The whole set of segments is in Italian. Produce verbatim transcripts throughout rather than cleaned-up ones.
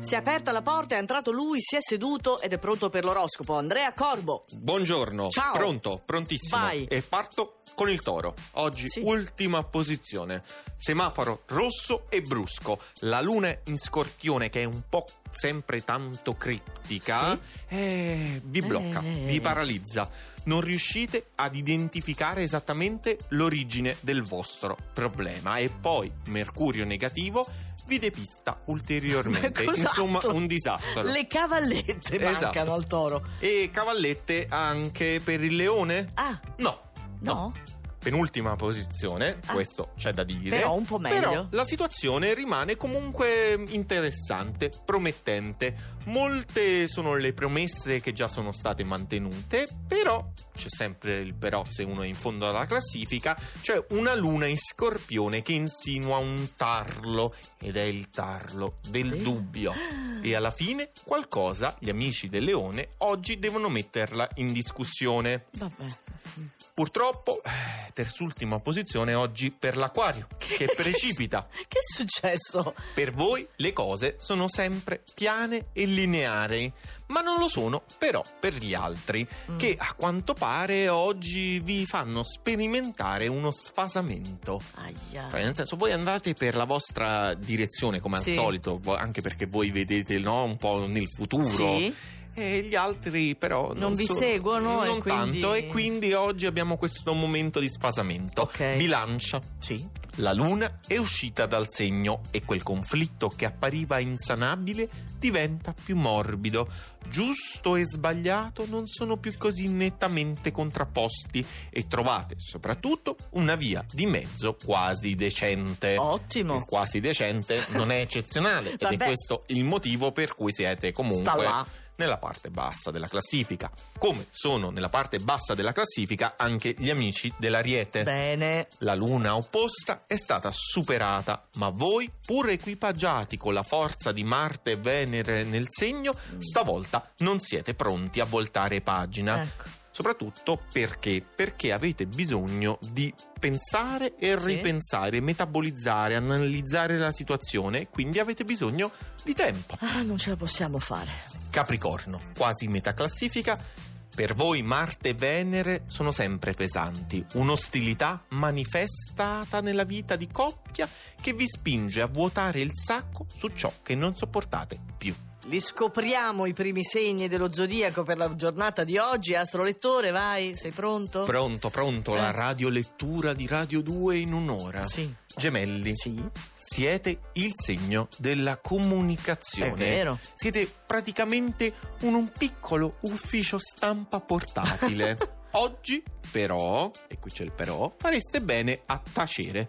Si è aperta la porta, è entrato lui, si è seduto ed è pronto per l'oroscopo. Andrea Corbo. Buongiorno. Ciao. Pronto, prontissimo. Vai. E parto con il toro. Oggi Sì. ultima posizione. Semaforo rosso e brusco. La luna in Scorpione, che è un po' sempre tanto criptica, Sì. eh, vi blocca, Eh. vi paralizza. Non riuscite ad identificare esattamente l'origine del vostro problema. E poi Mercurio negativo vi depista ulteriormente. Ma cos'altro? Insomma, un disastro. Le cavallette Esatto. mancano al toro. E cavallette anche per il leone? Ah, No. no? Penultima posizione, Ah. questo c'è da dire. Però un po' meglio. Però la situazione rimane comunque interessante, promettente. Molte sono le promesse che già sono state mantenute, però c'è sempre il però se uno è in fondo alla classifica. C'è una luna in Scorpione che insinua un tarlo, ed è il tarlo del Sì. dubbio. E alla fine qualcosa gli amici del leone oggi devono metterla in discussione. Vabbè. Purtroppo, eh, terzultima posizione oggi per l'Acquario, che precipita. Che è successo? Per voi le cose sono sempre piane e lineari, ma non lo sono però per gli altri, Mm. che a quanto pare oggi vi fanno sperimentare uno sfasamento. Aia. Cioè, nel senso, voi andate per la vostra direzione come al Sì. solito, vo- anche perché voi vedete, no, un po' nel futuro. Sì. E gli altri però non, Non vi sono- seguono non e quindi- tanto, e quindi oggi abbiamo questo momento di sfasamento. Ok. Bilancia. Sì. La luna è uscita dal segno e quel conflitto che appariva insanabile diventa più morbido. Giusto e sbagliato non sono più così nettamente contrapposti e trovate soprattutto una via di mezzo quasi decente. Ottimo. Il quasi decente non è eccezionale ed Vabbè. è questo il motivo per cui siete comunque Sta là. nella parte bassa della classifica. Come sono nella parte bassa della classifica anche gli amici dell'Ariete. Bene. La luna opposta è stata superata, ma voi, pur equipaggiati con la forza di Marte e Venere nel segno, stavolta non siete pronti a voltare pagina. Ecco. Soprattutto perché? Perché avete bisogno di pensare e Sì. ripensare, metabolizzare, analizzare la situazione, quindi avete bisogno di tempo. Ah, non ce la possiamo fare. Capricorno, quasi metà classifica. Per voi Marte e Venere sono sempre pesanti, un'ostilità manifestata nella vita di coppia che vi spinge a vuotare il sacco su ciò che non sopportate più. Li scopriamo i primi segni dello zodiaco per la giornata di oggi. Astrolettore, vai, sei pronto? Pronto, pronto, Eh. la radiolettura di Radio due in un'ora. Sì. Gemelli, Sì. siete il segno della comunicazione. È vero. Siete praticamente un, un piccolo ufficio stampa portatile. Oggi, però, e qui c'è il però, fareste bene a tacere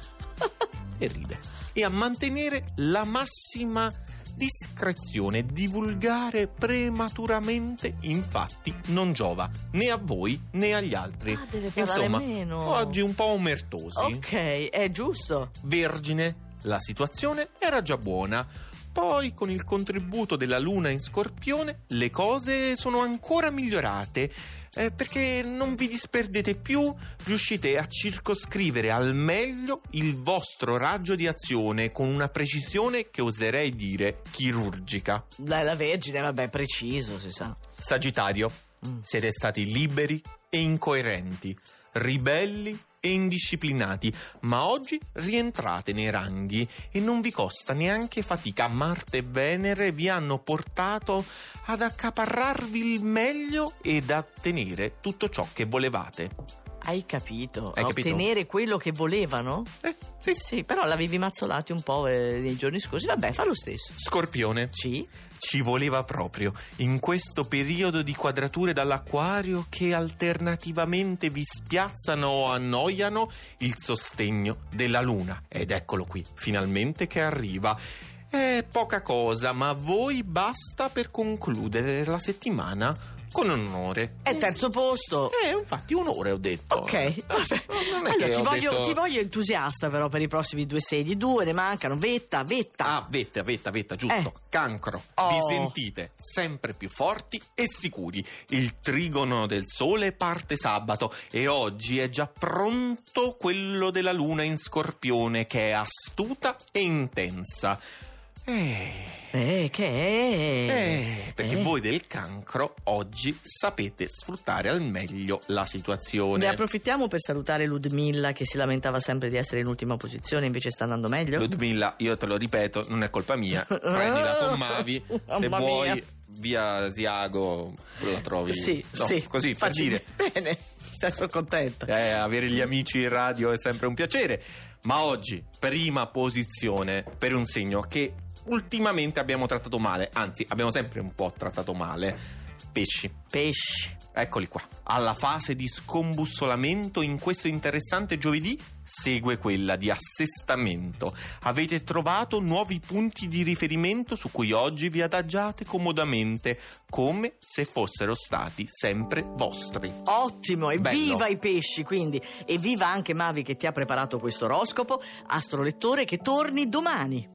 e ride e a mantenere la massima discrezione. Divulgare prematuramente infatti non giova né a voi né agli altri. Ah, deve parlare Insomma, meno. oggi un po' omertosi. Ok, è giusto. Vergine, la situazione era già buona. Poi, con il contributo della luna in Scorpione, le cose sono ancora migliorate, eh, perché non vi disperdete più, riuscite a circoscrivere al meglio il vostro raggio di azione con una precisione che oserei dire chirurgica. Dai, la Vergine, vabbè, preciso, si sa. Sagittario, Mm. siete stati liberi e incoerenti, ribelli e indisciplinati, ma oggi rientrate nei ranghi e non vi costa neanche fatica. Marte e Venere vi hanno portato ad accaparrarvi il meglio ed a ottenere tutto ciò che volevate. Hai capito? Hai A capito? ottenere quello che volevano? Eh, sì. Sì, però l'avevi mazzolati un po' eh, nei giorni scorsi. Vabbè, fa lo stesso. Scorpione. Sì. Ci voleva proprio in questo periodo di quadrature dall'Acquario che alternativamente vi spiazzano o annoiano il sostegno della Luna. Ed eccolo qui, finalmente che arriva. È poca cosa, ma a voi basta per concludere la settimana con onore. È terzo posto. Eh, infatti onore ho detto. Ok, vabbè. Non è Allora, che ti, ho voglio, detto... ti voglio entusiasta però per i prossimi due segni. Due ne mancano. Vetta, vetta. Ah, vetta, vetta, vetta, giusto. Eh. Cancro. Oh. Vi sentite sempre più forti e sicuri. Il trigono del sole parte sabato e oggi è già pronto quello della luna in Scorpione, che è astuta e intensa. Eh... Eh, che è? Eh, perché Eh. voi del cancro oggi sapete sfruttare al meglio la situazione. Ne approfittiamo per salutare Ludmilla, che si lamentava sempre di essere in ultima posizione, invece sta andando meglio. Ludmilla, io te lo ripeto, non è colpa mia. Prendila con Mavi, se Mamma vuoi, mia. via Asiago la trovi. Sì, No, sì. così per Facci- dire. Bene, sono contenta. Eh, avere gli amici in radio è sempre un piacere. Ma oggi, prima posizione per un segno che ultimamente abbiamo trattato male, anzi abbiamo sempre un po' trattato male: pesci. Pesci. Eccoli qua. Alla fase di scombussolamento in questo interessante giovedì segue quella di assestamento. Avete trovato nuovi punti di riferimento su cui oggi vi adagiate comodamente, come se fossero stati sempre vostri. Ottimo, e Bello. viva i pesci, quindi. E viva anche Mavi che ti ha preparato questo oroscopo. Astrolettore, che torni domani.